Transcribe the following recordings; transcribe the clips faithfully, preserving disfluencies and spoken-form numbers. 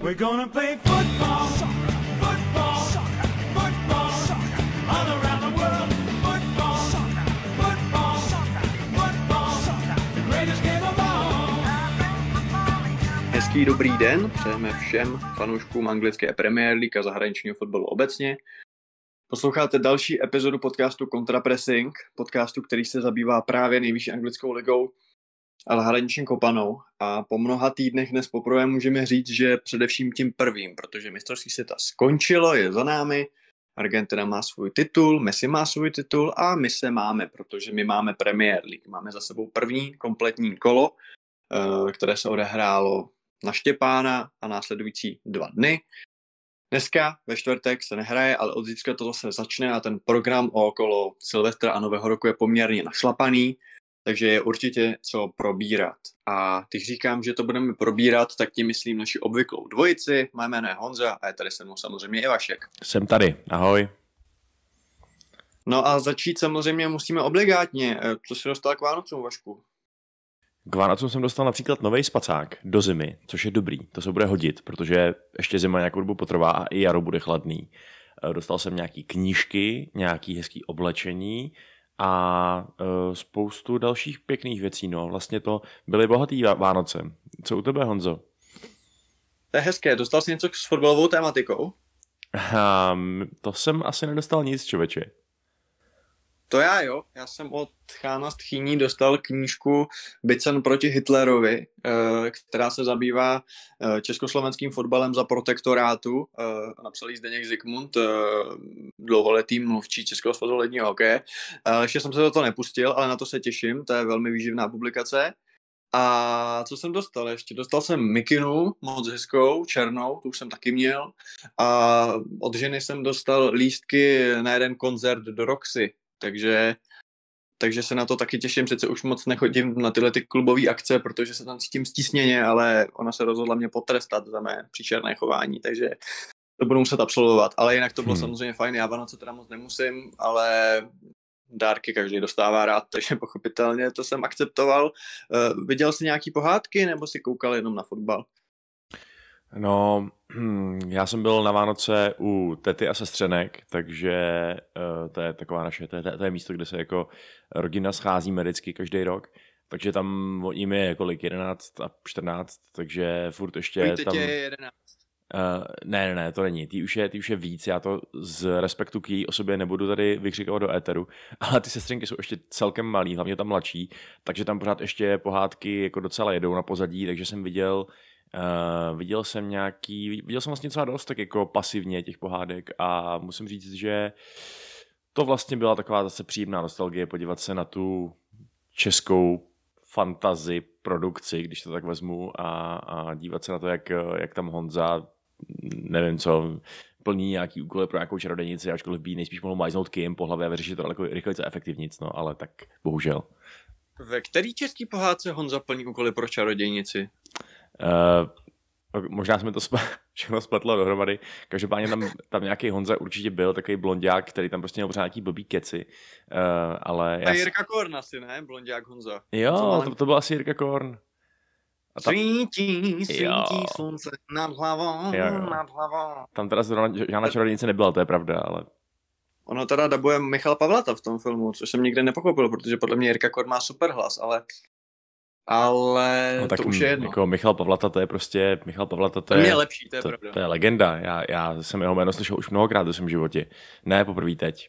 We're gonna play football, football, football, all around the world. Football, football, football, the greatest game of all. Hezký dobrý den přejeme všem fanouškům anglické Premier League a zahraničního fotbalu obecně. Posloucháte další epizodu podcastu Contrapressing, podcastu, který se zabývá právě nejvyšší anglickou ligou a zahraniční kopanou. A po mnoha týdnech dnes poprvé můžeme říct, že především tím prvým, protože mistrovství světa skončilo, je za námi, Argentina má svůj titul, Messi má svůj titul a my se máme, protože my máme Premier League. Máme za sebou první kompletní kolo, které se odehrálo na Štěpána a následující dva dny. Dneska ve čtvrtek se nehraje, ale od zítřka to zase začne a ten program okolo Silvestra a Nového roku je poměrně našlapaný, takže je určitě co probírat. A když říkám, že to budeme probírat, tak tím myslím naši obvyklou dvojici. Moje jméno je Honza a je tady se mnou samozřejmě i Vašek. Jsem tady, ahoj. No a začít samozřejmě musíme obligátně. Co jsi dostal k Vánocům, Vašku? K Vánocům jsem dostal například nový spacák do zimy, což je dobrý, to se bude hodit, protože ještě zima nějakou dobu potrvá a i jaro bude chladný. Dostal jsem nějaký knížky, nějaký hezký oblečení a e, spoustu dalších pěkných věcí. No, vlastně to byly bohatý Vánoce. Co u tebe, Honzo? To je hezké, dostal jsi něco s fotbalovou tématikou? Um, to jsem asi nedostal nic, člověče. To já jo, já jsem od Chána Stchýní dostal knížku Bicen proti Hitlerovi, která se zabývá československým fotbalem za protektorátu. Napsal ji Zdeněk Zikmund, dlouholetý mluvčí Českého svazu ledního hokeje. Ještě jsem se do toho nepustil, ale na to se těším, to je velmi výživná publikace. A co jsem dostal ještě? Dostal jsem mikinu, moc hezkou, černou, tu už jsem taky měl. A od ženy jsem dostal lístky na jeden koncert do Roxy. Takže, takže se na to taky těším, přece už moc nechodím na tyhle ty klubové akce, protože se tam cítím stísněně, ale ona se rozhodla mě potrestat za mé příšerné chování, takže to budu muset absolvovat. Ale jinak to bylo hmm. samozřejmě fajn, já Vánoce teda moc nemusím, ale dárky každý dostává rád, takže pochopitelně to jsem akceptoval. Uh, viděl jsi nějaký pohádky, nebo si koukal jenom na fotbal? No, já jsem byl na Vánoce u tety a sestřenek, takže uh, to je taková naše, to je, to je místo, kde se jako rodina scházíme vždycky každý rok, takže tam jim je kolik, jedenáct a čtrnáct, takže furt ještě Tvůj tam... je jedenáct. Uh, ne, ne, ne, to není, ty už, je, ty už je víc, já to z respektu k její osobě nebudu tady vykřikovat do éteru, ale ty sestřenky jsou ještě celkem malý, hlavně tam mladší, takže tam pořád ještě pohádky jako docela jedou na pozadí, takže jsem viděl Uh, viděl jsem nějaký, viděl jsem vlastně docela dost tak jako pasivně těch pohádek a musím říct, že to vlastně byla taková zase příjemná nostalgie podívat se na tu českou fantasy produkci, když to tak vezmu a, a dívat se na to, jak, jak tam Honza, nevím co, plní nějaký úkoly pro nějakou čarodějnici, ačkoliv by nejspíš mohl majznout kým po hlavě a vyřešit to daleko rychleji a efektivnic, no, ale tak bohužel. Ve který český pohádce Honza plní úkoly pro čarodějnici? Uh, možná jsme to sp- všechno spletlo dohromady. Každopádně tam, tam nějaký Honza určitě byl, takový blonďák, který tam prostě měl pořád nějaký blbý keci. Uh, ale já a Jirka Korn asi, ne? Blonďák Honza. Jo, to, to byl asi Jirka Korn. A tam... Svítí, svítí slunce nad hlavou, jo, jo. nad hlavou. Tam teda žádná čarodějnice nebyla, to je pravda, ale... Ono teda dabuje Michal Pavlata v tom filmu, což jsem nikdy nepochopil, protože podle mě Jirka Korn má super hlas, ale... Ale no, tak to už je jedno. Jako Michal Pavlata, to je prostě, Michal Pavlata, to, to je, je lepší, to je to, pravda. To je legenda, já, já jsem jeho jméno slyšel už mnohokrát ve svém životě, ne poprvé teď.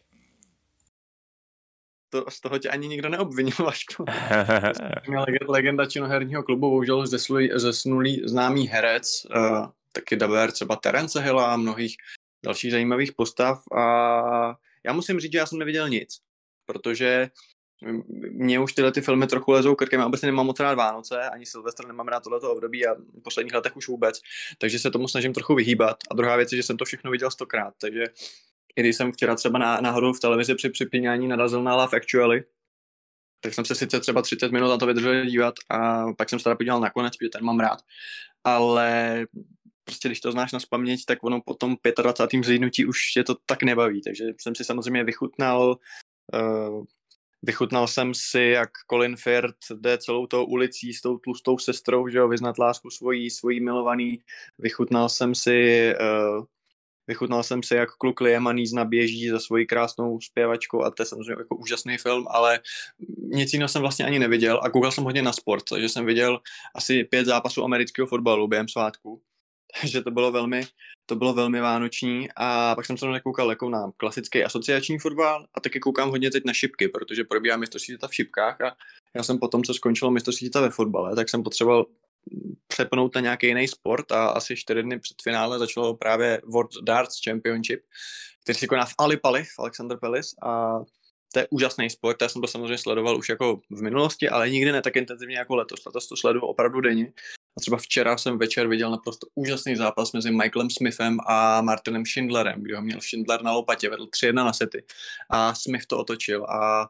To, z toho tě ani nikdo neobvinil, Vašku. Legenda činoherního klubu, bohužel zesnulý, zesnulý známý herec, uh, taky dabér třeba Terence Hilla a mnohých dalších zajímavých postav a já musím říct, že já jsem neviděl nic, protože mě už tyhle ty filmy trochu lezou krkem, já obecně nemám moc rád Vánoce, ani Silvestr nemám rád tohleto období a v posledních letech už vůbec, takže se tomu snažím trochu vyhýbat. A druhá věc je, že jsem to všechno viděl stokrát, takže i když jsem včera třeba náhodou v televizi při připínání narazil na Love Actually, tak jsem se sice třeba třicet minut na to vydržel dívat a pak jsem se teda podíval nakonec, protože ten mám rád, ale prostě když to znáš na spaměť, tak ono po tom dvacátém pátém zhlídnutí už je to tak nebaví, takže jsem si samozřejmě vychutnal uh, vychutnal jsem si, jak Colin Firth jde celou tou ulicí s tou tlustou sestrou, že jo, vyznat lásku svojí, svojí milovaný. Vychutnal jsem si... Uh, Vychutnal jsem si, jak kluk Liam Neesona běží za svojí krásnou zpěvačkou a to je samozřejmě jako úžasný film, ale nic jiného jsem vlastně ani neviděl a koukal jsem hodně na sport, takže jsem viděl asi pět zápasů amerického fotbalu během svátku, takže to bylo velmi, to bylo velmi vánoční a pak jsem se koukal jako na klasický asociační fotbal a taky koukám hodně teď na šipky, protože probíhá mistrovství světa v šipkách a já jsem potom, co skončilo mistrovství světa ve fotbale, tak jsem potřeboval přepnout na nějaký jiný sport a asi čtyři dny před finále začalo právě World Darts Championship, který se koná v Ali Pali, v Alexander Palace a to je úžasný sport, já jsem to samozřejmě sledoval už jako v minulosti, ale nikdy ne tak intenzivně jako letos. Letos to sleduju opravdu denně. A třeba včera jsem večer viděl naprosto úžasný zápas mezi Michaelem Smithem a Martinem Schindlerem, kdy ho měl Schindler na lopatě, vedl tři jedna na sety a Smith to otočil a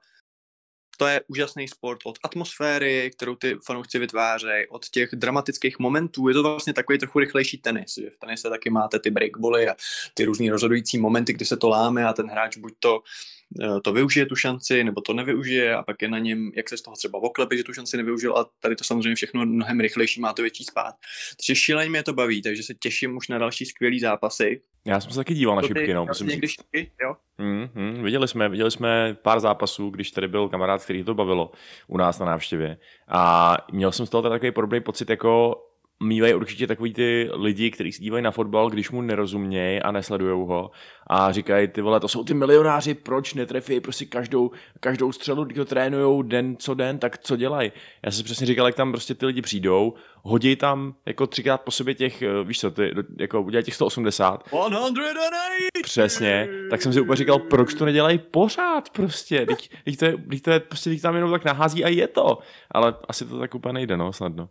to je úžasný sport od atmosféry, kterou ty fanoušci vytvářejí, od těch dramatických momentů. Je to vlastně takový trochu rychlejší tenis, že v tenise taky máte ty breakbally a ty různý rozhodující momenty, kdy se to láme a ten hráč buď to, to využije tu šanci, nebo to nevyužije a pak je na něm, jak se z toho třeba oklepí, že tu šanci nevyužil a tady to samozřejmě všechno mnohem rychlejší, má to větší spád. Takže šíleně mě to baví, takže se těším už na další skvělý zápasy. Já jsem se taky díval na To šipky, ty, no, musím někdy říct. šipky, jo? Mm, mm, viděli jsme, viděli jsme pár zápasů, když tady byl kamarád, který to bavilo u nás na návštěvě. A měl jsem z toho takový podobný pocit, jako mývají určitě takový ty lidi, kteří se dívají na fotbal, když mu nerozumějí a nesledujou ho a říkají, ty vole, to jsou ty milionáři, proč netrefí prostě každou, každou střelu, když ho trénujou den co den, tak co dělají? Já jsem si přesně říkal, jak tam prostě ty lidi přijdou, hodí tam jako třikrát po sobě těch, víš co, ty, jako udělají těch sto osmdesát. sto osm. Přesně, tak jsem si úplně říkal, proč to nedělají pořád prostě, teď, teď to je, teď to je prostě, teď tam jenom tak nahází a je to, ale asi to tak úplně nejde, no, snadno.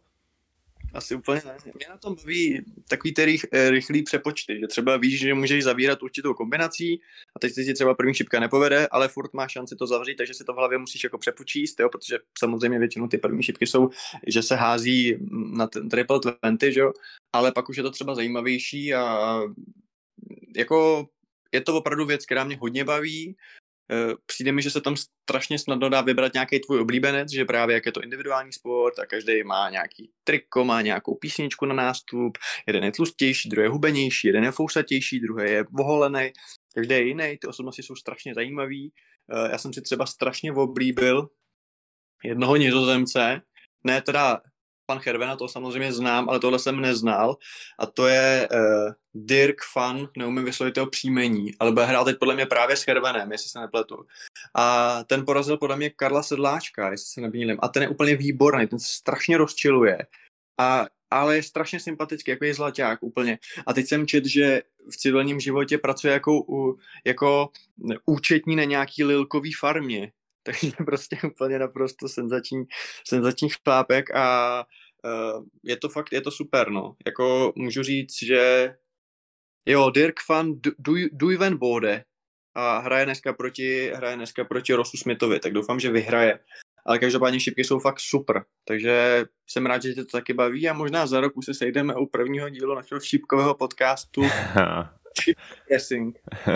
Asi úplně ne. Mě na tom baví takový ty rych, rychlý přepočty, že třeba víš, že můžeš zavírat určitou kombinací a teď se ti třeba první šipka nepovede, ale furt máš šanci to zavřít, takže si to v hlavě musíš jako přepočíst, jo, protože samozřejmě většinou ty první šipky jsou, že se hází na ten triple dvacet, že jo, ale pak už je to třeba zajímavější a jako je to opravdu věc, která mě hodně baví. Přijde mi, že se tam strašně snadno dá vybrat nějaký tvůj oblíbenec, že právě jak je to individuální sport a každý má nějaký triko, má nějakou písničku na nástup, jeden je tlustější, druhý je hubenější, jeden je fousatější, druhý je oholený, každý je jiný, ty osobnosti jsou strašně zajímavý. Já jsem si třeba strašně oblíbil jednoho Nizozemce, ne teda pan Hervena, to samozřejmě znám, ale tohle jsem neznal a to je uh, Dirk Van, neumím vyslovit jeho příjmení, ale bude hrát teď podle mě právě s Hervenem, jestli se nepletu. A ten porazil podle mě Karla Sedláčka, jestli se nemýlím. A ten je úplně výborný, ten se strašně rozčiluje. A, ale je strašně sympatický, jako je zlaťák úplně. A teď jsem četl, že v civilním životě pracuje jako, jako účetní na nějaký lilkový farmě. Takže prostě úplně naprosto senzační, senzační chlápek a uh, je to fakt, je to super, no. Jako můžu říct, že jo, Dirk van Duivenbode a hraje dneska proti, hraje dneska proti Rossu Smithovi, tak doufám, že vyhraje. Ale každopádně šipky jsou fakt super, takže jsem rád, že tě to taky baví a možná za rok už se sejdeme u prvního dílu našeho šipkového podcastu Chip Guessing.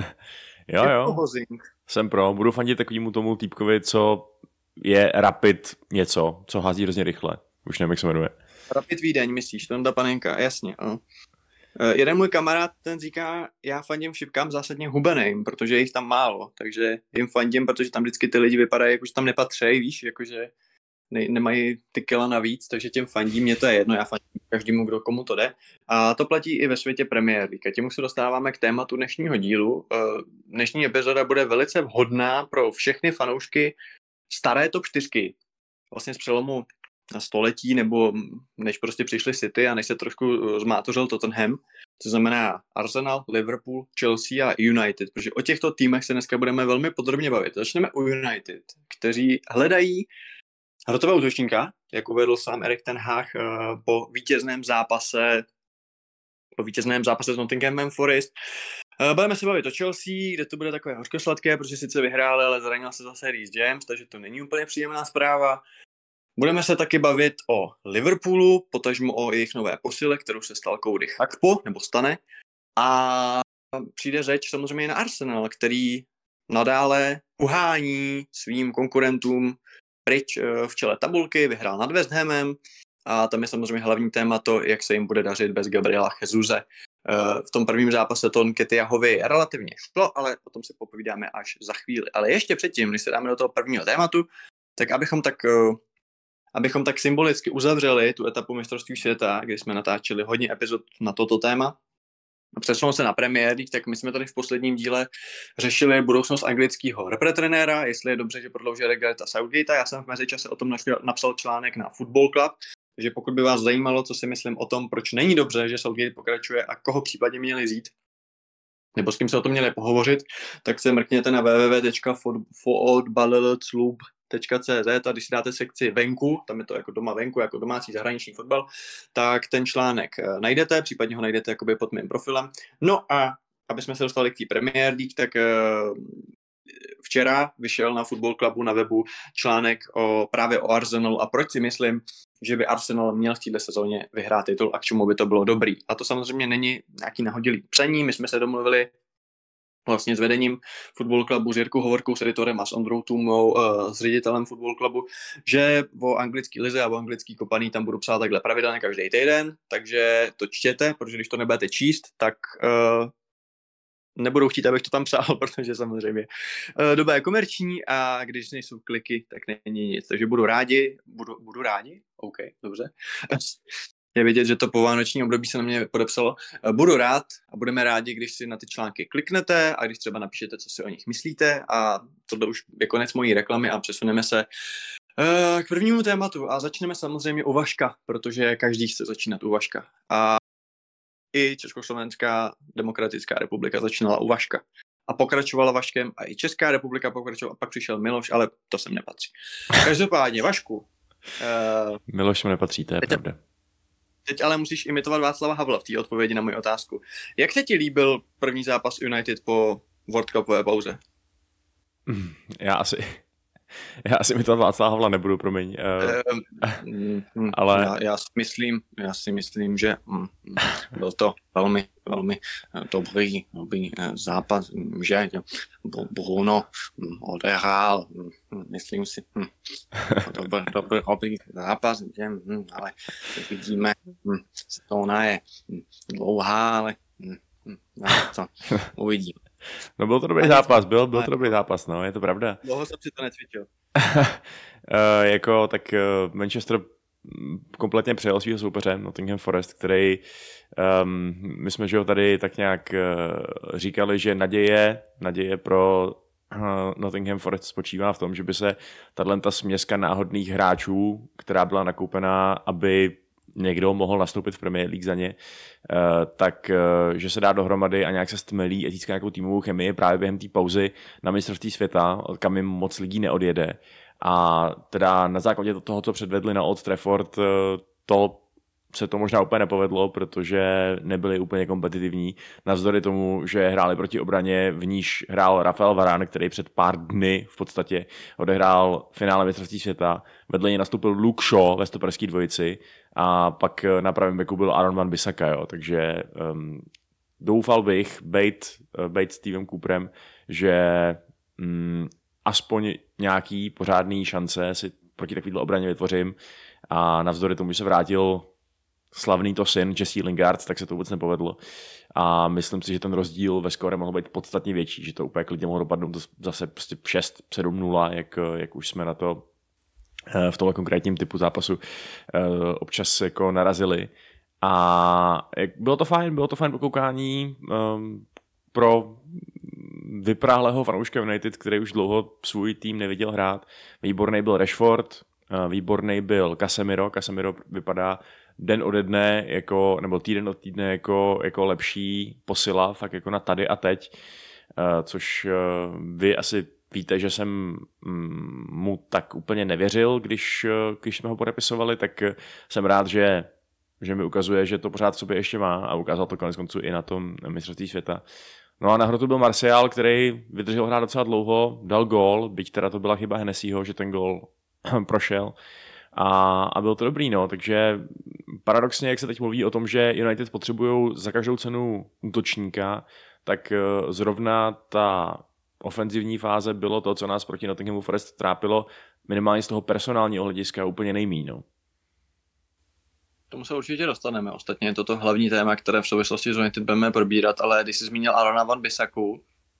Jo, jo, jsem pro, budu fandit takovýmu tomu týpkovi, co je Rapid něco, co hází hrozně rychle, už nevím, jak se jmenuje. Rapid Vídeň, myslíš, Tonda Panenka, jasně, no. Uh, jeden můj kamarád, ten říká, já fandím šipkám zásadně hubeným, protože je jich tam málo, takže jim fandím, protože tam vždycky ty lidi vypadají, jakože tam nepatří, víš, jakože ne, nemají ty kila navíc, takže těm fandím, mě to je jedno, já fandím každému, kdo komu to jde. A to platí i ve světě Premier League. A tím už se dostáváme k tématu dnešního dílu. Uh, dnešní epizoda bude velice vhodná pro všechny fanoušky staré top čtyřky, vlastně z přelomu na století, nebo než prostě přišli City a než se trošku zmátořil Tottenham, to znamená Arsenal, Liverpool, Chelsea a United, protože o těchto týmech se dneska budeme velmi podrobně bavit. Začneme u United, kteří hledají hrotového útočníka, jak uvedl sám Erik ten Hag po vítězném zápase po vítězném zápase s Nottinghamem Forest. Budeme se bavit o Chelsea, kde to bude takové hořkosladké, protože sice vyhráli, ale zranil se zase Reece James, takže to není úplně příjemná zpráva. Budeme se taky bavit o Liverpoolu, potažmo o jejich nové posile, kterou se stal Cody Gakpo, nebo stane. A přijde řeč samozřejmě i na Arsenal, který nadále uhání svým konkurentům pryč v čele tabulky, vyhrál nad West Hamem a tam je samozřejmě hlavní téma to, jak se jim bude dařit bez Gabriela Jesuse. V tom prvním zápase to Nketiahovi relativně šlo, ale o tom se popovídáme až za chvíli. Ale ještě předtím, než se dáme do toho prvního tématu, tak abychom tak, abychom tak symbolicky uzavřeli tu etapu mistrovství světa, kdy jsme natáčeli hodně epizod na toto téma, přesunul se na Premier League, tak my jsme tady v posledním díle řešili budoucnost anglického repretrenéra, jestli je dobře, že prodlouží Gareta Southgate. Já jsem v mezičase o tom napsal článek na Football Club, takže pokud by vás zajímalo, co si myslím o tom, proč není dobře, že Southgate pokračuje a koho případně měli vzít, nebo s kým se o tom měli pohovořit, tak se mrkněte na w w w tečka fotballclub tečka c z a když si dáte sekci venku, tam je to jako doma venku, jako domácí zahraniční fotbal, tak ten článek najdete, případně ho najdete jakoby pod mým profilem. No a aby jsme se dostali k té Premier League, tak včera vyšel na Football Clubu na webu článek o, právě o Arsenalu a proč si myslím, že by Arsenal měl v této sezóně vyhrát titul a k čemu by to bylo dobrý. A to samozřejmě není nějaký nahodilý psaní, my jsme se domluvili vlastně s vedením Football Clubu, s Jirkou Hovorkou, s editorem a s Ondrou Tůmou, uh, s ředitelem Football Clubu, že o anglický lize a o anglický kopaný tam budu psát takhle pravidelně každý týden, takže to čtěte, protože když to nebudete číst, tak uh, nebudou chtít, abych to tam psal, protože samozřejmě uh, doba je komerční a když nejsou kliky, tak není nic. Takže budu rádi, budu, budu rádi, OK, dobře. Je vidět, že to po vánoční období se na mě podepsalo. Budu rád a budeme rádi, když si na ty články kliknete a když třeba napíšete, co si o nich myslíte a tohle už je konec mojí reklamy a přesuneme se uh, k prvnímu tématu a začneme samozřejmě u Vaška, protože každý chce začínat u Vaška. A i Československá demokratická republika začínala u Vaška a pokračovala Vaškem a i Česká republika pokračovala a pak přišel Miloš, ale to sem nepatří. Každopádně, Vašku. Uh, Miloš sem nepatří, to je teď, pravda. Teď ale musíš imitovat Václava Havla v té odpovědi na moji otázku. Jak se ti líbil první zápas United po World Cupové pauze? Já asi... Já asi imitovat Václava Havla nebudu, promiň. Um, um, ale... já, já, si myslím, já si myslím, že um, byl to velmi, velmi dobrý, dobrý zápas, že Bruno odehrál, myslím si, um, dobrý, dobrý, dobrý zápas, že, um, ale vidíme, um, sezóna je um, dlouhá, ale um, no, to uvidíme. No byl to dobrý zápas, byl, byl to dobrý zápas, no, je to pravda. Dlouho jsem si to necvičil. uh, jako, tak uh, Manchester kompletně přejel svýho soupeře, Nottingham Forest, který, um, my jsme že ho tady tak nějak uh, říkali, že naděje, naděje pro uh, Nottingham Forest spočívá v tom, že by se tato směska náhodných hráčů, která byla nakoupená, aby někdo mohl nastoupit v Premier League za ně, tak že se dá dohromady a nějak se stmelí a získá nějakou týmovou chemii právě během té pauzy na mistrovství světa, kam jim moc lidí neodjede. A teda na základě toho, co předvedli na Old Trafford, to se to možná úplně nepovedlo, protože nebyli úplně kompetitivní. Navzdory tomu, že hráli proti obraně, v níž hrál Rafael Varane, který před pár dny v podstatě odehrál finále mistrovství světa. Vedle něj nastoupil Luke Shaw ve stoperské dvojici a pak na pravém beku byl Aaron Wan-Bissaka. Jo. Takže um, doufal bych, bejt, bejt Stevem Cooperem, že um, aspoň nějaký pořádný šance si proti takovýhle obraně vytvořím a navzdory tomu, že se vrátil slavný to syn Jesse Lingard, tak se to vůbec nepovedlo. A myslím si, že ten rozdíl ve skóre mohl být podstatně větší, že to úplně klidně mohlo dopadnout zase prostě šest sedm nula, jak, jak už jsme na to v tomhle konkrétním typu zápasu občas jako narazili. A bylo to fajn, bylo to fajn pokoukání um, pro vypráhlého fanouška United, který už dlouho svůj tým neviděl hrát. Výborný byl Rashford, výborný byl Casemiro. Casemiro vypadá den ode dne, jako, nebo týden od týdne jako, jako lepší posila, fakt jako na tady a teď, což vy asi víte, že jsem mu tak úplně nevěřil, když, když jsme ho podepisovali, tak jsem rád, že, že mi ukazuje, že to pořád v sobě ještě má a ukázal to konec konců i na tom mistrovství světa. No a na hrotu byl Martial, který vydržel hrát docela dlouho, dal gól, byť teda to byla chyba Hennessyho, že ten gól prošel. A, a bylo to dobrý, no, takže paradoxně, jak se teď mluví o tom, že United potřebují za každou cenu útočníka, tak zrovna ta ofenzivní fáze bylo to, co nás proti Nottinghamu Forest trápilo minimálně z toho personálního hlediska úplně nejmíň. No. K tomu se určitě dostaneme. Ostatně je to to hlavní téma, které v souvislosti s United budeme probírat, ale když jsi zmínil Arona Van Bissaku,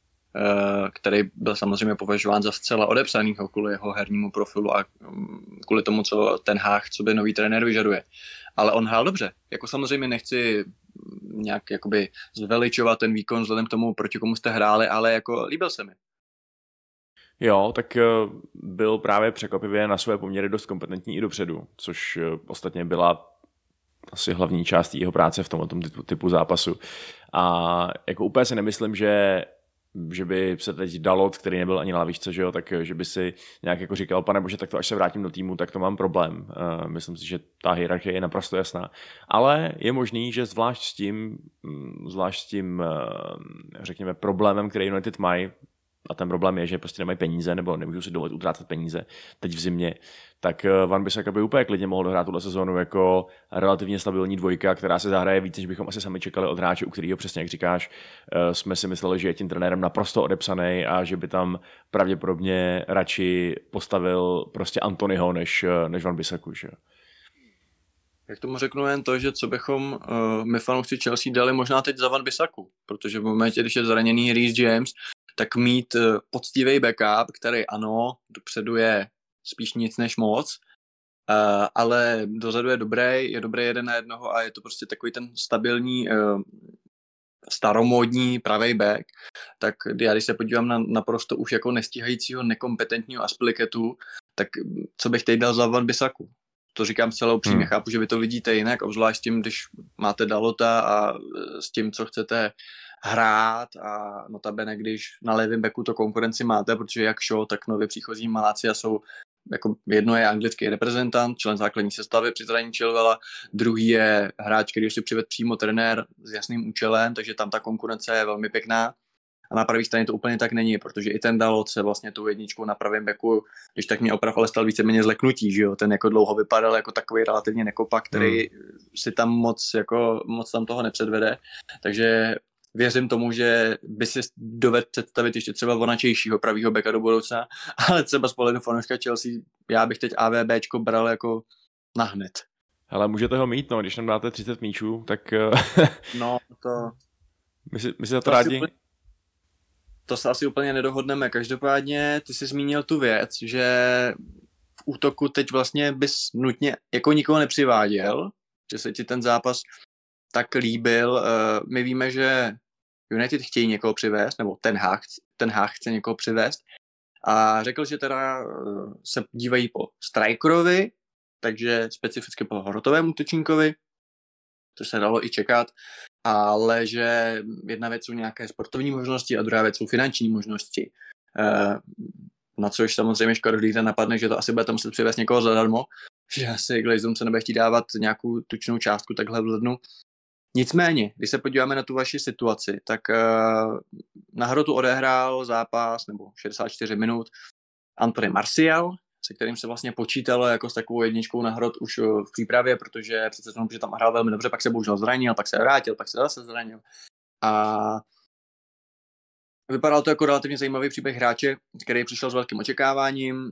který byl samozřejmě považován za zcela odepsanýho kvůli jeho hernímu profilu a kvůli tomu, co ten Hách, co by nový trenér vyžaduje. Ale on hrál dobře. Jako samozřejmě nechci nějak jakoby zveličovat ten výkon vzhledem k tomu, proti komu jste hráli, ale jako líbil se mi. Jo, tak byl právě překvapivě na své poměry dost kompetentní i dopředu, což ostatně byla asi hlavní část jeho práce v tomto typu, typu zápasu. A jako úplně si nemyslím, že že by se teď Dalot, který nebyl ani na lavičce, že jo, tak že by si nějak jako říkal, pane bože, tak to až se vrátím do týmu, tak to mám problém. Uh, myslím si, že ta hierarchie je naprosto jasná. Ale je možný, že zvlášť s tím, zvlášť s tím, uh, řekněme, problémem, který United mají, a ten problém je, že prostě nemají peníze, nebo nemůžou si dovolit utrácet peníze teď v zimě, tak Van Bissaka by úplně klidně mohl dohrát tuhle sezónu jako relativně stabilní dvojka, která se zahraje víc, než bychom asi sami čekali od hráče, u kterého přesně, jak říkáš, jsme si mysleli, že je tím trenérem naprosto odepsaný a že by tam pravděpodobně radši postavil prostě Antonyho než, než Van Bissaku. Že? Jak tomu řeknu jen to, že co bychom uh, my fanoušci Chelsea dali možná teď za Van Bissaku, protože v momentě, když je zraněný Reece James, tak mít uh, poctivý backup, který ano, dopředu je spíš nic než moc, uh, ale dozadu je dobrý, je dobrý jeden na jednoho a je to prostě takový ten stabilní uh, staromódní pravej back, tak já když se podívám na naprosto už jako nestíhajícího nekompetentního Aspilicuetu, tak co bych teď dal za Van Bissaku? To říkám zcela upřímně, hmm. chápu, že vy to vidíte jinak, obzvlášť tím, když máte Dalota a s tím, co chcete hrát a notabene, když na levém backu to konkurenci máte, protože jak Shaw, tak nově příchozí Malacia jsou, jako jedno je anglický reprezentant, člen základní sestavy při zranění Chilwella, druhý je hráč, který si přived přímo trenér s jasným účelem, takže tam ta konkurence je velmi pěkná. A na pravé straně to úplně tak není, protože i ten Dalot se vlastně tou jedničkou na pravém beku, když tak mě oprav, ale stal víceméně zleknutí, že jo? Ten jako dlouho vypadal jako takový relativně nekopak, který hmm. si tam moc, jako, moc tam toho nepředvede. Takže věřím tomu, že by si dovedl představit ještě třeba vonačejšího pravýho beka do budoucna, ale třeba z pohledu fanouška Chelsea, já bych teď AVBčko bral jako nahned. Hele, můžete ho mít, no, když nám dáte třicet míčů, tak no, to... my si, my si za to, to rádi... Úplně... To se asi úplně nedohodneme. Každopádně ty jsi zmínil tu věc, že v útoku teď vlastně bys nutně jako nikoho nepřiváděl, že se ti ten zápas tak líbil. My víme, že United chtějí někoho přivést, nebo ten Hách, ten Hách chce někoho přivést a řekl, že teda se dívají po strikerovi, takže specificky po hrotovém útočníkovi, což se dalo i čekat, ale že jedna věc jsou nějaké sportovní možnosti a druhá věc jsou finanční možnosti. Na což samozřejmě škarohlídne napadne, že to asi budete muset přivést někoho zadarmo, že asi Glazem se nebude chtít dávat nějakou tučnou částku takhle v lednu. Nicméně, když se podíváme na tu vaši situaci, tak na hrotu odehrál zápas nebo šedesát čtyři minut Anthony Martial, se kterým se vlastně počítalo jako s takovou jedničkou na hrot už v přípravě, protože přece tomu, že tam hrál velmi dobře, pak se bohužel zranil, pak se vrátil, pak se zase zranil. A vypadalo to jako relativně zajímavý příběh hráče, který přišel s velkým očekáváním,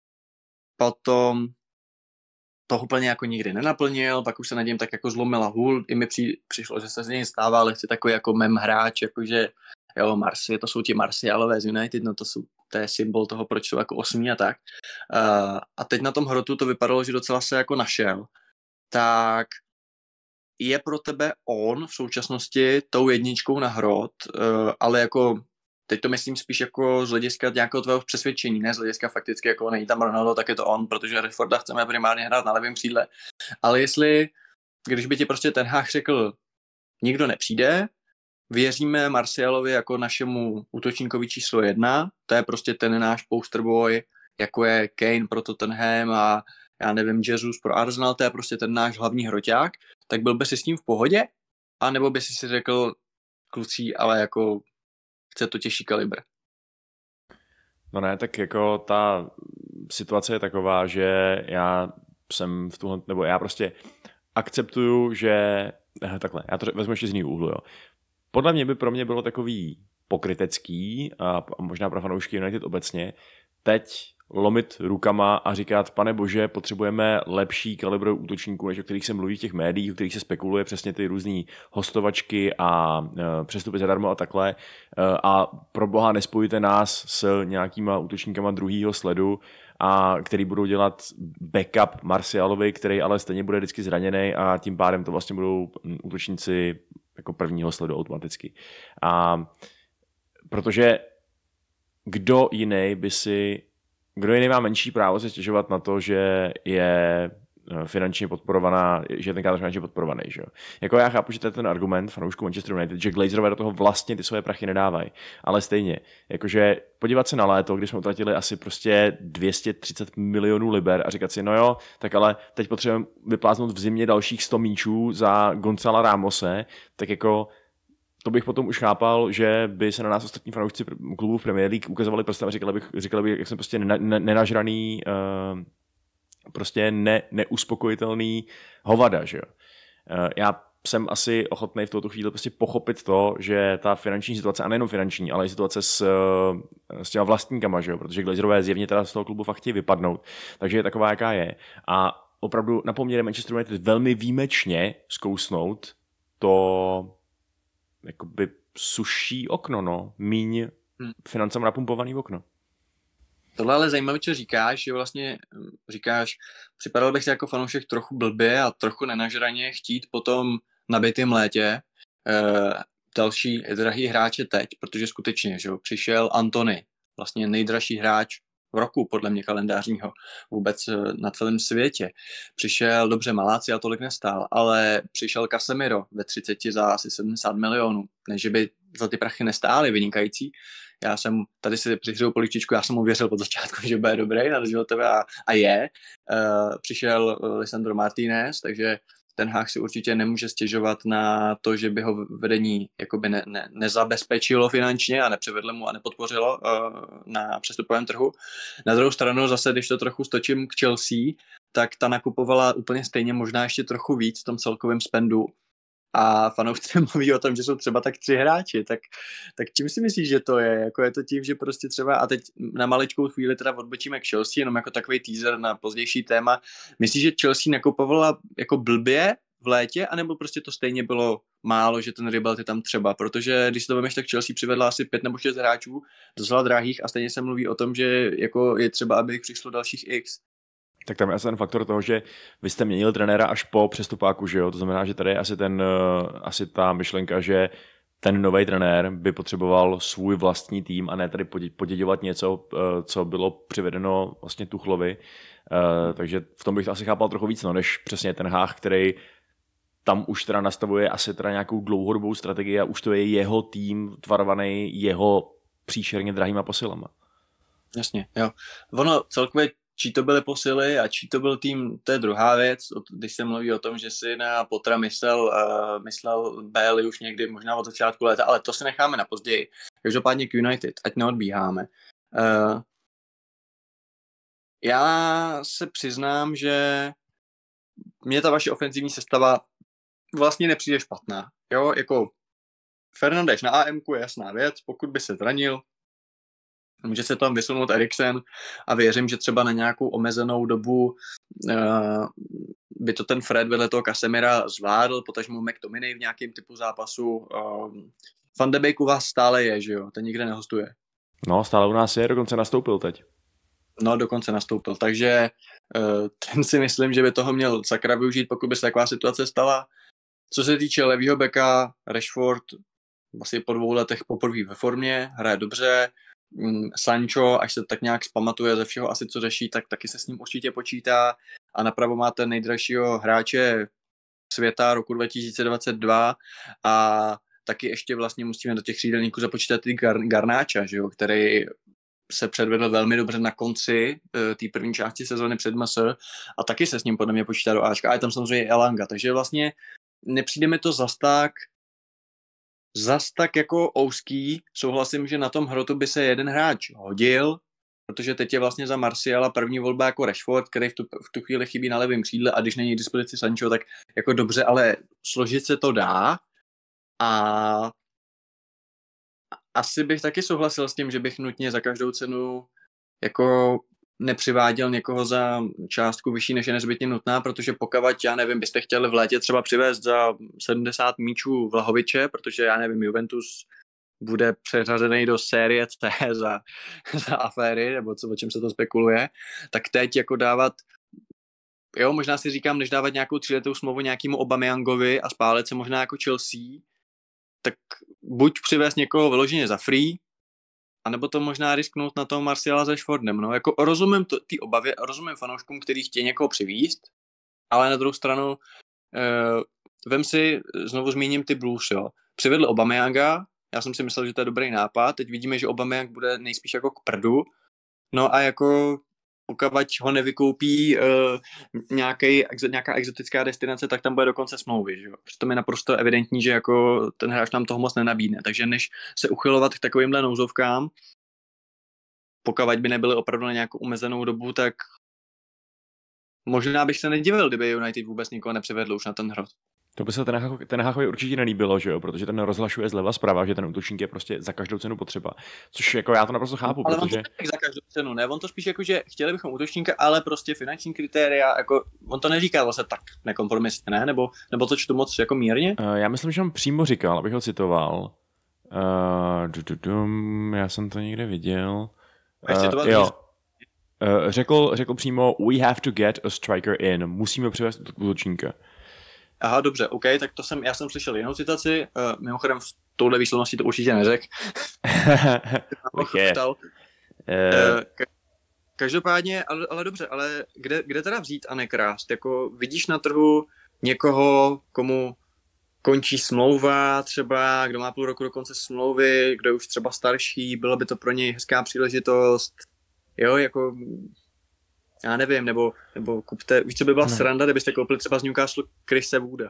potom to úplně jako nikdy nenaplnil, pak už se nad ním tak jako zlomila hůl, i mi při, přišlo, že se z něj stává lehce takový jako mem hráč, jakože jo, Marsi, to jsou ti Martialové z United, no to jsou to je symbol toho, proč jsou jako osmí a tak. Uh, a teď na tom hrotu to vypadalo, že docela se jako našel. Tak je pro tebe on v současnosti tou jedničkou na hrot, uh, ale jako teď to myslím spíš jako z hlediska nějakého tvého přesvědčení, ne z hlediska fakticky, jako není tam Ronaldo, tak je to on, protože Rashforda chceme primárně hrát na levém křídle. Ale jestli, když by ti prostě ten Hách řekl, nikdo nepřijde, věříme Martialovi jako našemu útočníkovi číslo jedna, to je prostě ten náš poster boy, jako je Kane pro Tottenham a já nevím, Jesus pro Arsenal, to je prostě ten náš hlavní hroťák, tak byl by si s ním v pohodě? A nebo by si si řekl, kluci, ale jako chce to těžší kalibr? No ne, tak jako ta situace je taková, že já jsem v tuhle, nebo já prostě akceptuju, že takhle, já to vezmu ještě z jiného úhlu, jo. Podle mě by pro mě bylo takový pokrytecký a možná pro fanoušky United obecně, teď lomit rukama a říkat, pane bože, potřebujeme lepší kalibr útočníků, než o kterých se mluví v těch médiích, o kterých se spekuluje, přesně ty různý hostovačky a e, přestupy zadarmo a takhle. E, a pro boha nespojujte nás s nějakýma útočníkama druhýho sledu, a který budou dělat backup Martialovi, který ale stejně bude vždycky zraněný a tím pádem to vlastně budou útočníci jako prvního sledu automaticky. A protože kdo jiný by si Kdo jiný má menší právo se stěžovat na to, že je finančně podporovaná, že je ten kádr finančně podporovaný, že jo. Jako já chápu, že to je ten argument fanoušků Manchester United, že Glazerové do toho vlastně ty svoje prachy nedávají, ale stejně, jakože podívat se na léto, kdy jsme utratili asi prostě dvě stě třicet milionů liber a říkat si, no jo, tak ale teď potřebujeme vypláznout v zimě dalších sto míčů za Gonzala Ramose, tak jako to bych potom už chápal, že by se na nás ostatní fanoušci klubů v Premier League ukazovali prstem a říkali bych, říkali bych, jak jsem prostě nenažraný, uh, prostě ne, neuspokojitelný hovada, že jo. Uh, já jsem asi ochotný v tuto chvíli prostě pochopit to, že ta finanční situace, a nejenom finanční, ale i situace s, s těma vlastníkama, že jo, protože Glazerové zjevně teda z toho klubu fakt chtějí vypadnout, takže je taková, jaká je. A opravdu na poměry Manchester United velmi výjimečně zkousnout to jakoby suší okno, no. Míň hmm. financem napumpovaný okno. Tohle ale zajímavé, co říkáš, že vlastně říkáš, připadal bych si jako fanoušek trochu blbě a trochu nenažraně chtít potom na bitým létě e, další drahý hráče teď, protože skutečně, že jo, přišel Antony, vlastně nejdražší hráč v roku, podle mě kalendářního, vůbec na celém světě. Přišel, dobře, Maláci a tolik nestál, ale přišel Casemiro ve třiceti za asi sedmdesát milionů, než že by za ty prachy nestály, vynikající. Já jsem, tady si přihřeju poličičku, já jsem mu věřil od začátku, že bude dobrý, na rozdíl od tebe a, a je. Uh, přišel Lisandro Martínez, takže ten Hák si určitě nemůže stěžovat na to, že by ho vedení jakoby ne, ne, nezabezpečilo finančně a nepřevedlo mu a nepodpořilo uh, na přestupovém trhu. Na druhou stranu zase, když to trochu stočím k Chelsea, tak ta nakupovala úplně stejně, možná ještě trochu víc v tom celkovém spendu. A fanoušci mluví o tom, že jsou třeba tak tři hráči, tak, tak čím si myslíš, že to je? Jako je to tím, že prostě třeba, a teď na maličkou chvíli teda odbočíme k Chelsea, jenom jako takový teaser na pozdější téma. Myslíš, že Chelsea nakupovala jako blbě v létě, anebo prostě to stejně bylo málo, že ten rebuild je tam třeba? Protože když si to vemeš, tak Chelsea přivedla asi pět nebo šest hráčů, docela drahých a stejně se mluví o tom, že jako je třeba, aby jich přišlo dalších X. Tak tam je asi ten faktor toho, že vy jste měnili trenéra až po přestupáku, že jo? To znamená, že tady je asi, ten, asi ta myšlenka, že ten nový trenér by potřeboval svůj vlastní tým a ne tady poděďovat něco, co bylo přivedeno vlastně Tuchlovi. Takže v tom bych to asi chápal trochu víc, no, než přesně ten Hách, který tam už teda nastavuje asi teda nějakou dlouhodobou strategii a už to je jeho tým tvarovaný jeho příšerně drahýma posilama. Jasně, jo. Ono celkově čí to byly posily a čí to byl tým, to je druhá věc, když se mluví o tom, že si na Pottera myslel, uh, myslel Bailey už někdy, možná od začátku léta, ale to si necháme na později. Každopádně k United, ať neodbíháme. Uh, já se přiznám, že mě ta vaše ofenzivní sestava vlastně nepřijde špatná. Jo, jako Fernandes na á emku je jasná věc, pokud by se zranil, může se tam vysunout Eriksen a věřím, že třeba na nějakou omezenou dobu uh, by to ten Fred vedle toho Casemira zvládl, potažmo McTominay v nějakém typu zápasu. Uh, Van de Beek u vás stále je, že jo? Ten nikde nehostuje. No, stále u nás je, dokonce nastoupil teď. No, dokonce nastoupil, takže uh, ten si myslím, že by toho měl sakra využít, pokud by se taková situace stala. Co se týče levýho beka, Rashford vlastně po dvou letech poprvé ve formě, hraje dobře. Sancho, až se tak nějak zpamatuje ze všeho asi, co řeší, tak taky se s ním určitě počítá. A napravo máte nejdražšího hráče světa roku dva tisíce dvacet dva a taky ještě vlastně musíme do těch křídelníků započítat i Gar- Garnáča, že jo, který se předvedl velmi dobře na konci uh, té první části sezóny před M S a taky se s ním podle mě počítá do Ačka. A je tam samozřejmě Elanga, takže vlastně nepřijde mi to zas tak Zas tak jako ouský, souhlasím, že na tom hrotu by se jeden hráč hodil, protože teď je vlastně za Martiala první volba jako Rashford, který v tu, v tu chvíli chybí na levém křídle a když není k dispozici Sancho, tak jako dobře, ale složit se to dá a, asi bych taky souhlasil s tím, že bych nutně za každou cenu jako nepřiváděl někoho za částku vyšší, než je nezbytně nutná, protože pokud, já nevím, byste chtěli v létě třeba přivést za sedmdesát míčů Vlahoviče, protože já nevím, Juventus bude přeřazený do série C za, za aféry, nebo co, o čem se to spekuluje, tak teď jako dávat, jo, možná si říkám, než dávat nějakou tříletou smlouvu nějakému Aubameyangovi a spálit se možná jako Chelsea, tak buď přivést někoho vyloženě za free, anebo to možná risknout na toho Martiala se Rashfordem. No, jako rozumím ty obavy, rozumím fanouškům, kteří chtějí někoho přivízt, ale na druhou stranu uh, vem si, znovu zmíním ty Blues, jo. Přivedl Aubameyanga, já jsem si myslel, že to je dobrý nápad, teď vidíme, že Aubameyang bude nejspíš jako k prdu, no a jako pokud ho nevykoupí uh, nějaký, nějaká exotická destinace, tak tam bude do konce smlouvy. Že jo? Přitom je naprosto evidentní, že jako ten hráč nám toho moc nenabídne. Takže než se uchylovat k takovýmhle nouzovkám, pokud by nebyly opravdu na nějakou omezenou dobu, tak možná bych se nedivil, kdyby United vůbec nikoho nepřivedl už na ten hrot. To by se ten, ten Háchovi určitě nelíbilo, že jo? Protože ten rozhlašuje zleva zprava, že ten útočník je prostě za každou cenu potřeba. Což jako já to naprosto chápu, ale protože... on to tak za každou cenu, ne? On to spíš jako, že chtěli bychom útočníka, ale prostě finanční kritéria, jako on to neříká vlastně tak nekompromisně, ne? Nebo, nebo to čtu moc jako mírně? Uh, já myslím, že on přímo říkal, abych ho citoval. Uh, dududum, já jsem to někde viděl. Uh, jo. Uh, řekl, řekl přímo, we have to get a striker in. Musíme přivést útočníka. Aha, dobře, OK, tak to jsem, já jsem slyšel jinou citaci, uh, mimochodem v touhle výslovnosti to určitě neřekl. je. uh, ka- každopádně, ale, ale dobře, ale kde, kde teda vzít a nekrást? Jako vidíš na trhu někoho, komu končí smlouva třeba, kdo má půl roku do konce smlouvy, kdo je už třeba starší, bylo by to pro něj hezká příležitost, jo, jako... Já nevím, nebo, nebo kupte, víš, co by byla no. sranda, kdybyste koupili třeba z Newcastle Chrise Wooda.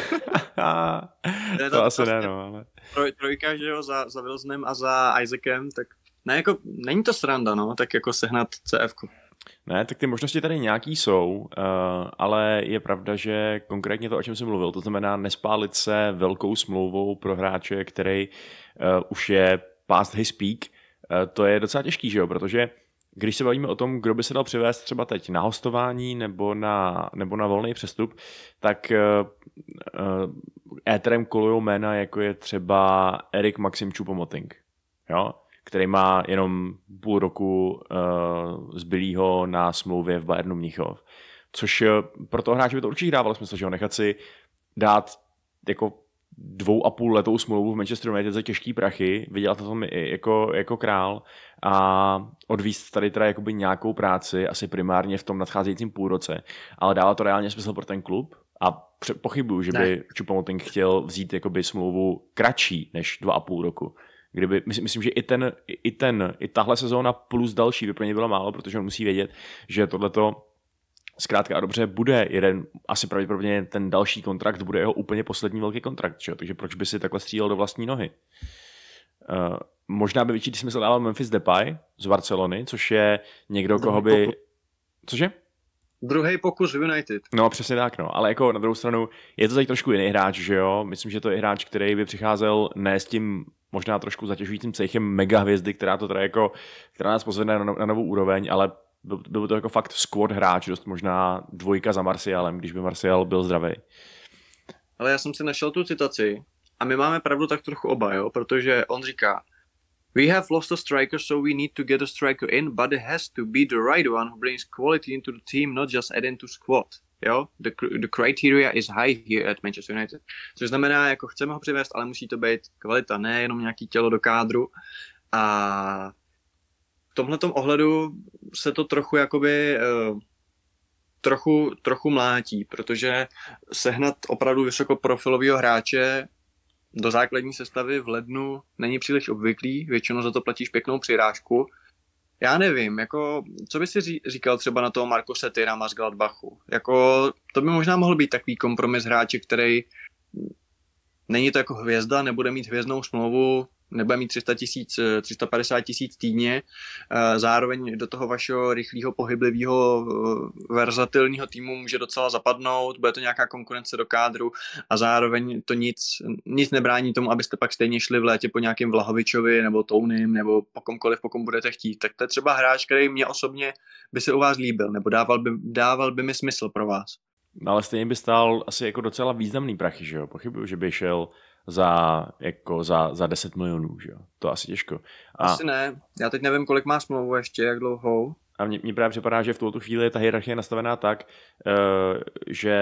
to, to asi ne, no, ale... Troj, trojka, že jo, za, za Wilsonem a za Isaacem, tak ne, jako, není to sranda, no, tak jako sehnat C F-ku. Ne, tak ty možnosti tady nějaký jsou, uh, ale je pravda, že konkrétně to, o čem jsem mluvil, to znamená nespálit se velkou smlouvou pro hráče, který uh, už je past his peak, uh, to je docela těžký, že jo, protože když se bavíme o tom, kdo by se dal přivést třeba teď na hostování nebo na, nebo na volný přestup, tak uh, uh, éterem kolujou jména, jako je třeba Erik Maxim Choupo-Moting, jo? Který má jenom půl roku uh, zbylýho na smlouvě v Bayernu Mnichov. Což uh, pro toho hráče by to určitě dávalo smysl, že ho nechat si dát jako dvou a půl letou smlouvu v Manchester United za těžký prachy, vydělat na tom jako, jako král a odvízt tady teda jakoby nějakou práci, asi primárně v tom nadcházejícím půlroce, ale dává to reálně smysl pro ten klub a pochybuju, že by Choupo-Moting chtěl vzít jakoby smlouvu kratší než dva a půl roku. Kdyby, myslím, myslím, že i ten, i ten, i tahle sezóna plus další by pro ně bylo málo, protože on musí vědět, že tohleto zkrátka a dobře bude jeden, asi pravděpodobně ten další kontrakt bude jeho úplně poslední velký kontrakt, čo? Takže proč by si takhle střílel do vlastní nohy? Uh, možná by větší smysl dával Memphis Depay z Barcelony, což je někdo, Druhý koho by... pokus. Cože? Druhý pokus v United. No přesně tak, no. Ale jako na druhou stranu je to tady trošku jiný hráč, že jo? Myslím, že to je hráč, který by přicházel ne s tím možná trošku zatěžujícím cejchem mega hvězdy, která to teda jako, která nás pozvedne na, na novou úroveň, ale byl, byl to jako fakt squad hráč, dost možná dvojka za Martialem, když by Martial byl zdravý. Ale já jsem si našel tu citaci a my máme pravdu tak trochu oba, jo, protože on říká We have lost a striker, so we need to get a striker in, but it has to be the right one who brings quality into the team, not just add into squad. Jo? The, the criteria is high here at Manchester United. Což znamená, jako chceme ho přivést, ale musí to být kvalita, ne jenom nějaký tělo do kádru. A v tomhletom ohledu se to trochu jakoby uh, trochu, trochu mlátí, protože sehnat opravdu vysokoprofilového hráče do základní sestavy v lednu není příliš obvyklý, většinou za to platíš pěknou přirážku. Já nevím, jako, co by si říkal třeba na toho Marco Settyra z Gladbachu? Jako, to by možná mohl být takový kompromis hráče, který není to jako hvězda, nebude mít hvězdnou smlouvu, nebude mít tři sta tisíc, tři sta padesát tisíc týdně, zároveň do toho vašeho rychlého, pohyblivého, verzatilního týmu může docela zapadnout, bude to nějaká konkurence do kádru a zároveň to nic, nic nebrání tomu, abyste pak stejně šli v létě po nějakém Vlahovičovi nebo Tounym nebo po komkoliv, po kom budete chtít. Tak to je třeba hráč, který mě osobně by se u vás líbil, nebo dával by, dával by mi smysl pro vás. Ale stejně by stál asi jako docela významný prachy, že jo? Pochybuju, že by šel za, jako za, za deset milionů, že jo? To asi těžko. A, Asi ne. Já teď nevím, kolik má smlouvu ještě, jak dlouhou. a mně, mně právě připadá, že v tuto chvíli je ta hierarchie nastavená tak, uh, že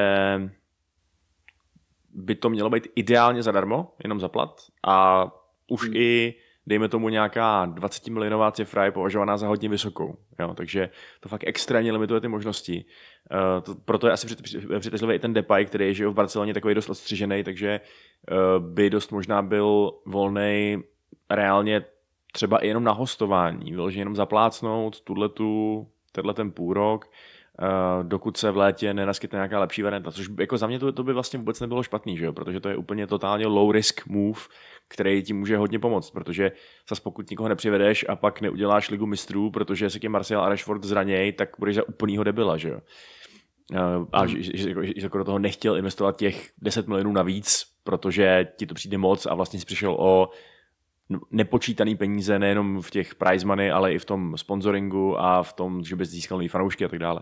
by to mělo být ideálně zadarmo, jenom za plat a už hmm. i dejme tomu nějaká dvacet milionová cifra je považovaná za hodně vysokou. Jo? Takže to fakt extrémně limituje ty možnosti. Uh, to, proto je asi přitažlivý i ten Depay, který je že v Barceloně takový dost odstřižený, takže uh, by dost možná byl volnej reálně třeba i jenom na hostování. Vyloženě jenom zaplácnout tuhletu, tenhle ten půlrok, uh, dokud se v létě nenaskytne nějaká lepší varianta. Což jako za mě to, to by vlastně vůbec nebylo špatný, že jo? Protože to je úplně totálně low risk move, který ti může hodně pomoct, protože zas pokud nikoho nepřivedeš a pak neuděláš ligu mistrů, protože se ti Martial a Rashford zraněj, tak budeš za úplnýho debila, že jo. Uh, a hmm. že, že, že, že jako do toho nechtěl investovat těch deset milionů navíc, protože ti to přijde moc a vlastně jsi přišel o nepočítaný peníze nejenom v těch prize money, ale i v tom sponsoringu a v tom, že bys získal nový fanoušky a tak dále.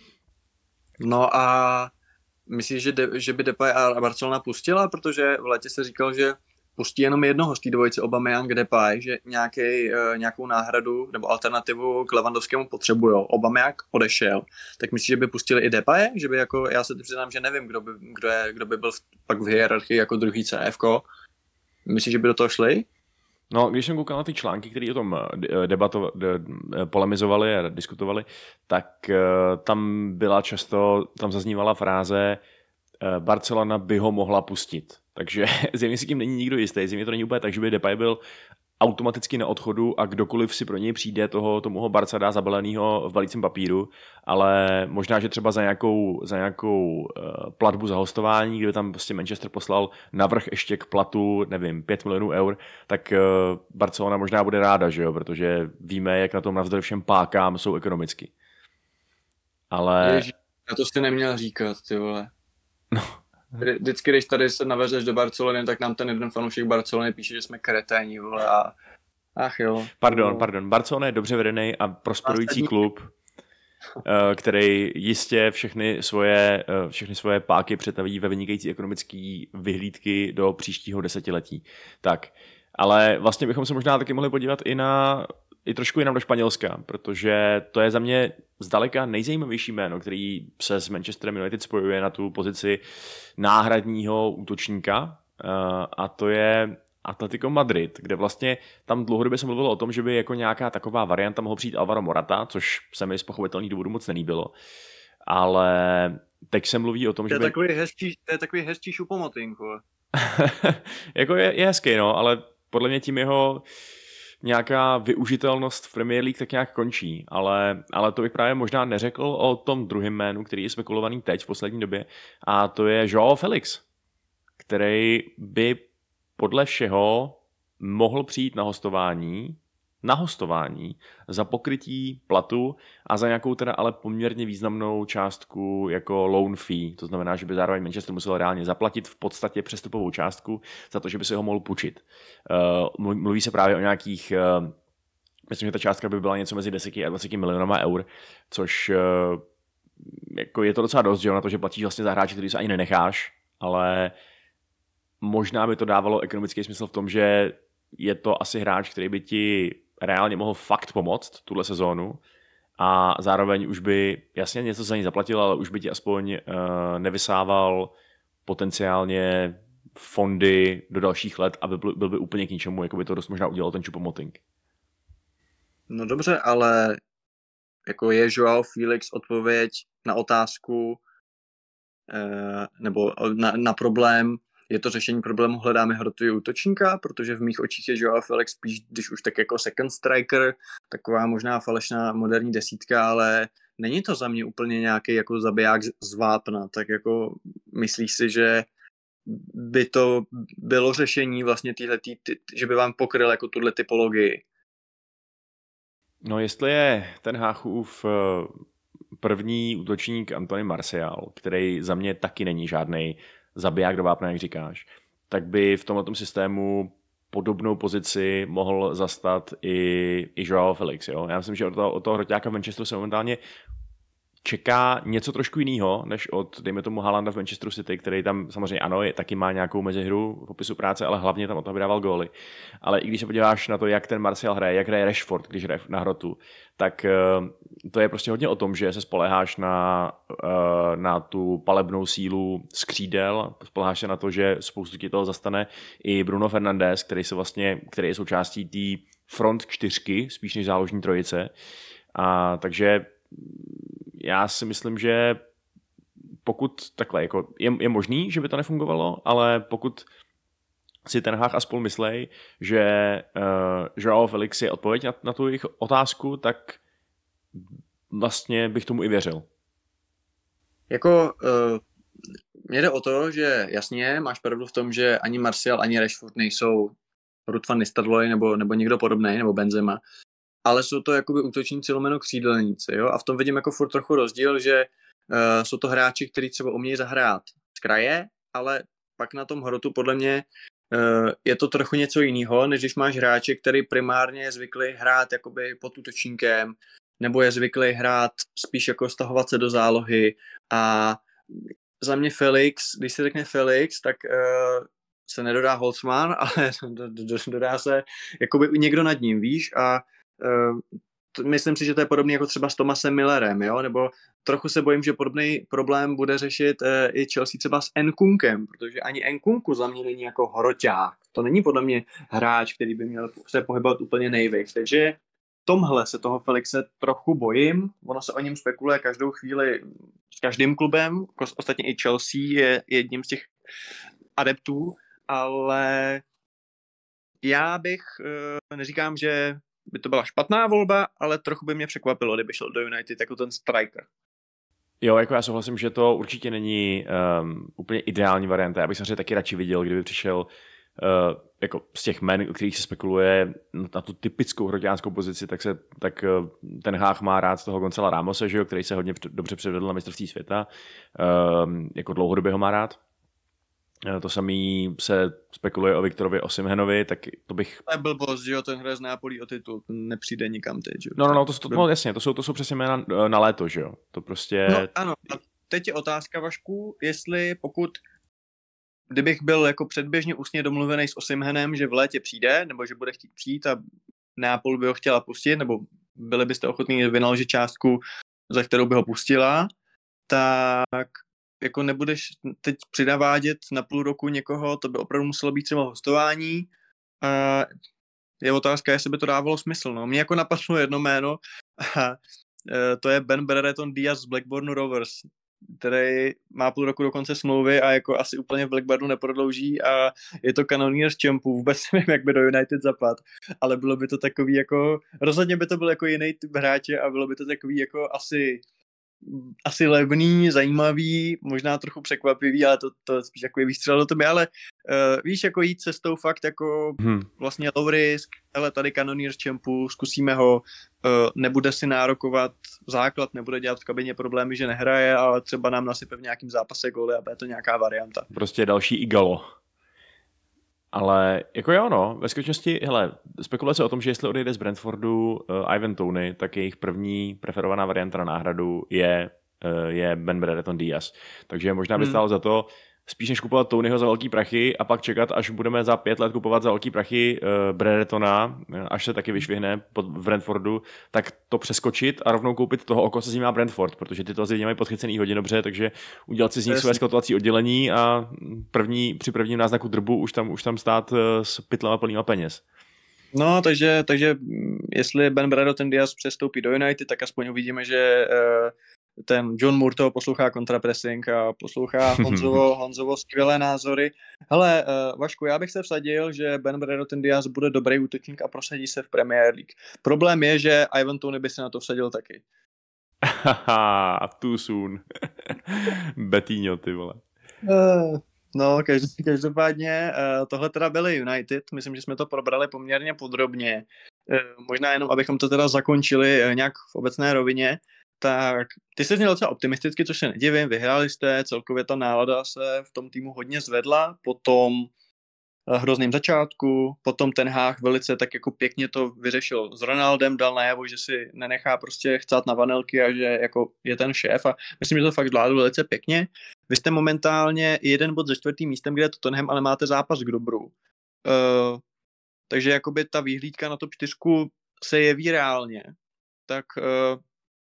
No a myslíš, že, de, že by Depay a Barcelona pustila? Protože v létě se říkal, že pustí jenom jednoho z té dvojice Aubameyang Depay, že nějaký, uh, nějakou náhradu nebo alternativu k Lewandowskému potřebujou. Aubameyang odešel. Tak myslíš, že by pustili i Depay? Že by jako, já se přiznám, že nevím, kdo by, kdo je, kdo by byl v, pak v hierarchii jako druhý C F ko. Myslíš, že by do toho šli? No, když jsem koukal na ty články, které o tom debato, de, polemizovali a diskutovali, tak uh, tam byla často, tam zaznívala fráze uh, Barcelona by ho mohla pustit. Takže zřejmě si tím není nikdo jistý, zřejmě to není úplně tak, že by Depay byl automaticky na odchodu a kdokoliv si pro něj přijde, toho, tomu ho Barca dá zabalenýho v balícím papíru, ale možná, že třeba za nějakou, za nějakou uh, platbu za hostování, kdyby tam prostě Manchester poslal navrch ještě k platu, nevím, pět milionů eur, tak uh, Barcelona možná bude ráda, že jo, protože víme, jak na tom navzdory všem pákám jsou ekonomicky. Ale... Ježí, já to jsi neměl říkat, ty vole. No. Vždycky, když tady se navezeš do Barcelony, tak nám ten jeden fanoušek Barcelony píše, že jsme kreténi, vole, a ach jo. Pardon, pardon. Barcelona je dobře vedený a prosperující klub, který jistě všechny svoje, všechny svoje páky přetaví ve vynikající ekonomické vyhlídky do příštího desetiletí. Tak, ale vlastně bychom se možná taky mohli podívat i na i trošku jinam do Španělska, protože to je za mě zdaleka nejzajímavější jméno, který se s Manchesterem United spojuje na tu pozici náhradního útočníka, a to je Atletico Madrid, kde vlastně tam dlouhodobě se mluvilo o tom, že by jako nějaká taková varianta mohl přijít Alvaro Morata, což se mi z pochopitelných důvodů moc nelíbilo. Ale teď se mluví o tom, to že by... Takový hezčí, to je takový hezčí šupomotýnko. jako je, je hezký, no, ale podle mě tím jeho nějaká využitelnost v Premier League tak nějak končí, ale, ale to bych právě možná neřekl o tom druhém jménu, který je spekulovaný teď v poslední době, a to je Joao Felix, který by podle všeho mohl přijít na hostování, na hostování za pokrytí platu a za nějakou teda ale poměrně významnou částku jako loan fee. To znamená, že by zároveň Manchester musel reálně zaplatit v podstatě přestupovou částku za to, že by si ho mohl půjčit. Uh, mluví se právě o nějakých, uh, myslím, že ta částka by byla něco mezi deseti a dvaceti milionama eur, což uh, jako je to docela dost, že jo, na to, že platíš vlastně za hráče, který se ani nenecháš, ale možná by to dávalo ekonomický smysl v tom, že je to asi hráč, který by ti reálně mohl fakt pomoct tuhle sezónu a zároveň už by jasně něco za ní zaplatil, ale už by ti aspoň uh, nevysával potenciálně fondy do dalších let a byl, byl by úplně k ničemu, jako by to dost možná udělal ten Choupo-Moting. No dobře, ale jako je Joao Felix odpověď na otázku eh, nebo na, na problém, je to řešení problému, hledáme hrotový útočníka, protože v mých očích je Joao Felix spíš, když už tak jako second striker, taková možná falešná moderní desítka, ale není to za mě úplně nějaký jako zabiják z vápna, tak jako myslíš si, že by to bylo řešení vlastně týhletý, ty, že by vám pokryl jako tuhle typologii? No jestli je ten Háchův eh, první útočník Anthony Martial, který za mě taky není žádnej zabiják do vápna, jak říkáš, tak by v tomhletom systému podobnou pozici mohl zastat i, i Joao Felix. Jo? Já myslím, že od toho, od toho hroťáka v Manchesteru se momentálně čeká něco trošku jiného, než od, dejme tomu, Haalanda v Manchesteru City, který tam samozřejmě ano, je, taky má nějakou mezihru v opisu práce, ale hlavně tam od toho vydával góly. Ale i když se podíváš na to, jak ten Martial hraje, jak hraje Rashford, když hraje na hrotu, tak to je prostě hodně o tom, že se spoléháš na, na tu palebnou sílu z křídel, spoléháš se na to, že spoustu ti toho zastane i Bruno Fernandes, který, se vlastně, který je součástí té front čtyřky, spíš než záložní trojice. A takže já si myslím, že pokud takhle, jako je, je možný, že by to nefungovalo, ale pokud si ten Hách a spol myslej, že uh, Joao Felix je odpověď na, na tu jejich otázku, tak vlastně bych tomu i věřil. Jako uh, mě jde o to, že jasně, máš pravdu v tom, že ani Martial, ani Rashford nejsou Ruud van Nistelrooy nebo, nebo někdo podobný, nebo Benzema, ale jsou to jakoby útočníci lomeno křídelníci, jo? A v tom vidím jako furt trochu rozdíl, že uh, jsou to hráči, kteří třeba umějí zahrát z kraje, ale pak na tom hrotu podle mě uh, je to trochu něco jiného, než když máš hráče, který primárně je zvyklý hrát jakoby pod útočníkem, nebo je zvyklý hrát spíš jako stahovat se do zálohy. A za mě Felix, když se řekne Felix, tak uh, se nedodá Holzmann, ale dodá se jakoby někdo nad ním, víš, a Uh, to, myslím si, že to je podobný jako třeba s Thomasem Millerem, jo? Nebo trochu se bojím, že podobný problém bude řešit uh, i Chelsea třeba s Nkunkem, protože ani Nkunku za mě není jako hroťák. To není podle mě hráč, který by měl se pohybovat úplně nejvíc. Takže tomhle se toho Felixe trochu bojím. Ono se o něm spekuluje každou chvíli s každým klubem, ostatně i Chelsea je jedním z těch adeptů, ale já bych, uh, neříkám, že by to byla špatná volba, ale trochu by mě překvapilo, kdyby šel do United jako ten striker. Jo, jako já souhlasím, že to určitě není um, úplně ideální varianta. Já bych samozřejmě taky radši viděl, kdyby přišel uh, jako z těch men, o kterých se spekuluje na tu typickou hroťánskou pozici, tak, se, tak uh, ten Hách má rád z toho Gonzala Ramose, že jo, který se hodně dobře předvedl na mistrovství světa. Um, jako dlouhodobě ho má rád. To samý se spekuluje o Viktorovi Osimhenovi, tak to bych... To je blbost, že jo, ten hraje z Nápolí o titul, ten nepřijde nikam teď, že jo. No, no, no, to, to, no jasně, to jsou, to jsou přesně jména na léto, že jo, to prostě... No, ano, a teď je otázka, Vašku, jestli pokud, kdybych byl jako předběžně ústně domluvený s Osimhenem, že v létě přijde, nebo že bude chtít přijít a Neapol by ho chtěla pustit, nebo byli byste ochotní vynaložit částku, za kterou by ho pustila, tak jako nebudeš teď přidavádět na půl roku někoho, to by opravdu muselo být třeba hostování. A je otázka, jestli by to dávalo smysl. No. Mně jako napadlo jedno jméno a to je Ben Brereton Diaz z Blackburnu Rovers, který má půl roku do konce smlouvy a jako asi úplně v Blackburnu neprodlouží a je to kanonýr z Čempu, vůbec nevím, jak by do United zapad, ale bylo by to takový jako, rozhodně by to byl jako jiný typ hráče a bylo by to takový jako asi asi levný, zajímavý, možná trochu překvapivý, ale to, to spíš jako je výstřel do tebe, ale uh, víš, jako jít cestou fakt jako hmm. vlastně low risk, hele, tady kanonýr z Čempu, zkusíme ho, uh, nebude si nárokovat základ, nebude dělat v kabině problémy, že nehraje, ale třeba nám nasype v nějakým zápase góly a bude to nějaká varianta. Prostě další Igalo. Ale jako jo, no, ve skutečnosti, hele, spekulace o tom, že jestli odejde z Brentfordu uh, Ivan Toney, tak jejich první preferovaná varianta na náhradu je, uh, je Ben Brereton Diaz. Takže možná by stálo hmm. za to spíš než kupovat Tonyho za velký prachy a pak čekat, až budeme za pět let kupovat za velký prachy uh, Breretona, až se taky vyšvihne pod v Brentfordu, tak to přeskočit a rovnou koupit toho, o koho se zajímá Brentford, protože ty to lidi mají podchycený hodně dobře, takže udělat si z nich své skautovací oddělení a první, při prvním náznaku drbu už tam, už tam stát uh, s pytlema plnýma peněz. No, takže, takže jestli Ben Brereton Diaz přestoupí do United, tak aspoň uvidíme, že uh, ten John Moore toho poslouchá kontrapressing a poslouchá Honzovo, Honzovo skvělé názory. Hele, uh, Vašku, já bych se vsadil, že Ben Brereton Diaz bude dobrý útočník a prosadí se v Premier League. Problém je, že Ivan Toney by se na to vsadil taky. Haha, too soon. Betíňo, ty vole. Uh, No, každý, každopádně uh, tohle teda byly United, myslím, že jsme to probrali poměrně podrobně. Uh, možná jenom, abychom to teda zakončili uh, nějak v obecné rovině, tak ty jsi zněl docela optimisticky, což se nedivím, vyhráli jste, celkově ta nálada se v tom týmu hodně zvedla, potom uh, hrozným začátku, potom ten Hách velice tak jako pěkně to vyřešil s Ronaldem, dal najevo, že si nenechá prostě chcát na vanilky a že jako je ten šéf a myslím, že to fakt zvládl velice pěkně. Vy jste momentálně jeden bod ze čtvrtým místem, kde je Tottenham, ale máte zápas k dobru. Uh, takže jakoby ta výhlídka na top čtyři se jeví reálně. Tak uh,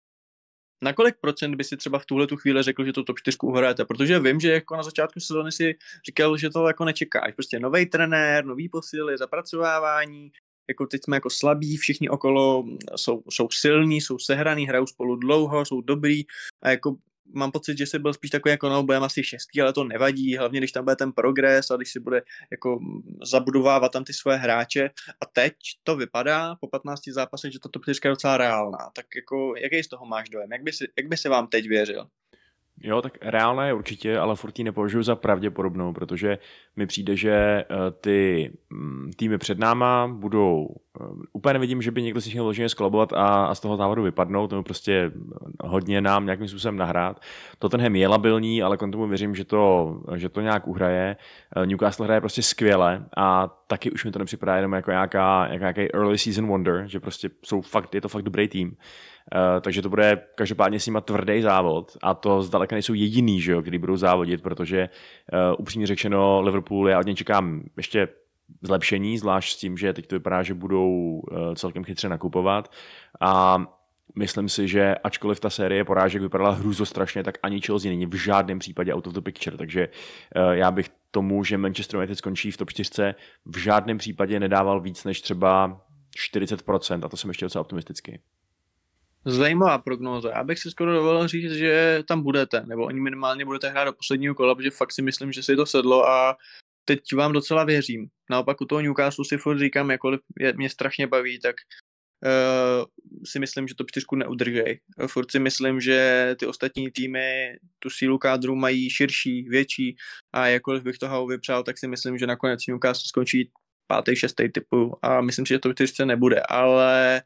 na kolik procent by si třeba v tuhle tu chvíli řekl, že to top čtyři uhrajete? Protože vím, že jako na začátku sezóny si říkal, že to jako nečekáš. Prostě nový trenér, nový posily, zapracovávání, jako teď jsme jako slabí, všichni okolo jsou, jsou silní, jsou sehraný, hrajou spolu dlouho, jsou dobrý a jako mám pocit, že jsi byl spíš takový jako no, budeme asi šestý, ale to nevadí, hlavně když tam bude ten progres a když si bude jako zabudovávat tam ty svoje hráče a teď to vypadá po patnácti zápasech, že to top čtyři je docela reálná, tak jako jaký z toho máš dojem, jak by si, jak by si vám teď věřil? Jo, tak reálná je určitě, ale furt ji nepovažuji za pravděpodobnou, protože mi přijde, že ty týmy před náma budou, úplně nevidím, že by někdo si chtěl vloženě skolabovat a, a z toho závodu vypadnout, nebo prostě hodně nám nějakým způsobem nahrát. Tottenham je labilní, ale k tomu věřím, že to, že to nějak uhraje. Newcastle hraje prostě skvěle a taky už mi to nepřipadá jenom jako nějaká, nějaký early season wonder, že prostě jsou fakt, je to fakt dobrý tým. Uh, takže to bude každopádně s nima tvrdý závod a to zdaleka nejsou jediný, že jo, kdy budou závodit, protože uh, upřímně řečeno Liverpool, já od něj čekám ještě zlepšení, zvlášť s tím, že teď to vypadá, že budou uh, celkem chytře nakupovat a myslím si, že ačkoliv ta série porážek vypadala hrůzostrašně, tak ani Chelsea není v žádném případě out of the picture, takže uh, já bych tomu, že Manchester United skončí v top čtyři, v žádném případě nedával víc než třeba čtyřicet procent a to jsem ještě docela optimistický. Zajímavá prognóza. Já bych si skoro dovolil říct, že tam budete, nebo oni minimálně budete hrát do posledního kola, protože fakt si myslím, že si to sedlo a teď vám docela věřím. Naopak u toho Newcastle si furt říkám, jakkoliv mě strašně baví, tak uh, si myslím, že to čtyřku neudržej. Furt si myslím, že ty ostatní týmy tu sílu kádru mají širší, větší a jakkoliv bych toho vypřál, tak si myslím, že nakonec Newcastle skončí pátý, šestý typu a myslím si, že to čtyřce nebude, ale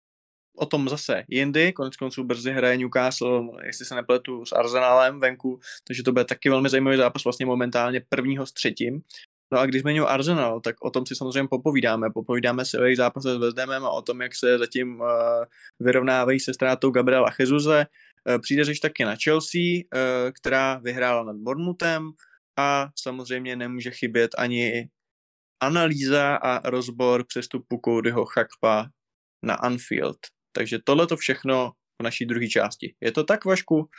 o tom zase jindy, konec konců brzy hraje Newcastle, jestli se nepletu, s Arsenalem venku, takže to bude taky velmi zajímavý zápas vlastně momentálně prvního s třetím. No a když zmiňuji Arsenal, tak o tom si samozřejmě popovídáme. Popovídáme si o jejich zápase s West Hamem a o tom, jak se zatím uh, vyrovnávají se ztrátou Gabriela Jesuse. Uh, přijde řeč taky na Chelsea, uh, která vyhrála nad Bournemouthem a samozřejmě nemůže chybět ani analýza a rozbor přestupu Codyho Gakpa na Anfield. Takže tohle to všechno v naší druhé části. Je to tak, Vašku?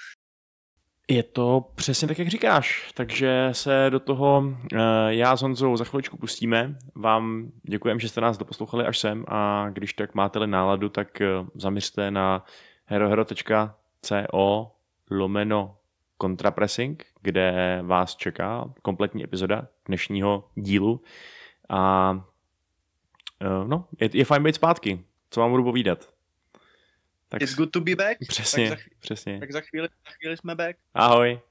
Je to přesně tak, jak říkáš. Takže se do toho uh, já s Honzou za chviličku pustíme. Vám děkujem, že jste nás doposlouchali až sem a když tak máte-li náladu, tak uh, zaměřte na herohero tečka co lomeno kontrapressing, kde vás čeká kompletní epizoda dnešního dílu. A uh, no, je, je fajn být zpátky. Co vám budu povídat? Tak, It's good to be back. Přesně, tak za, přesně. Tak za chvíli, za chvíli jsme back. Ahoj.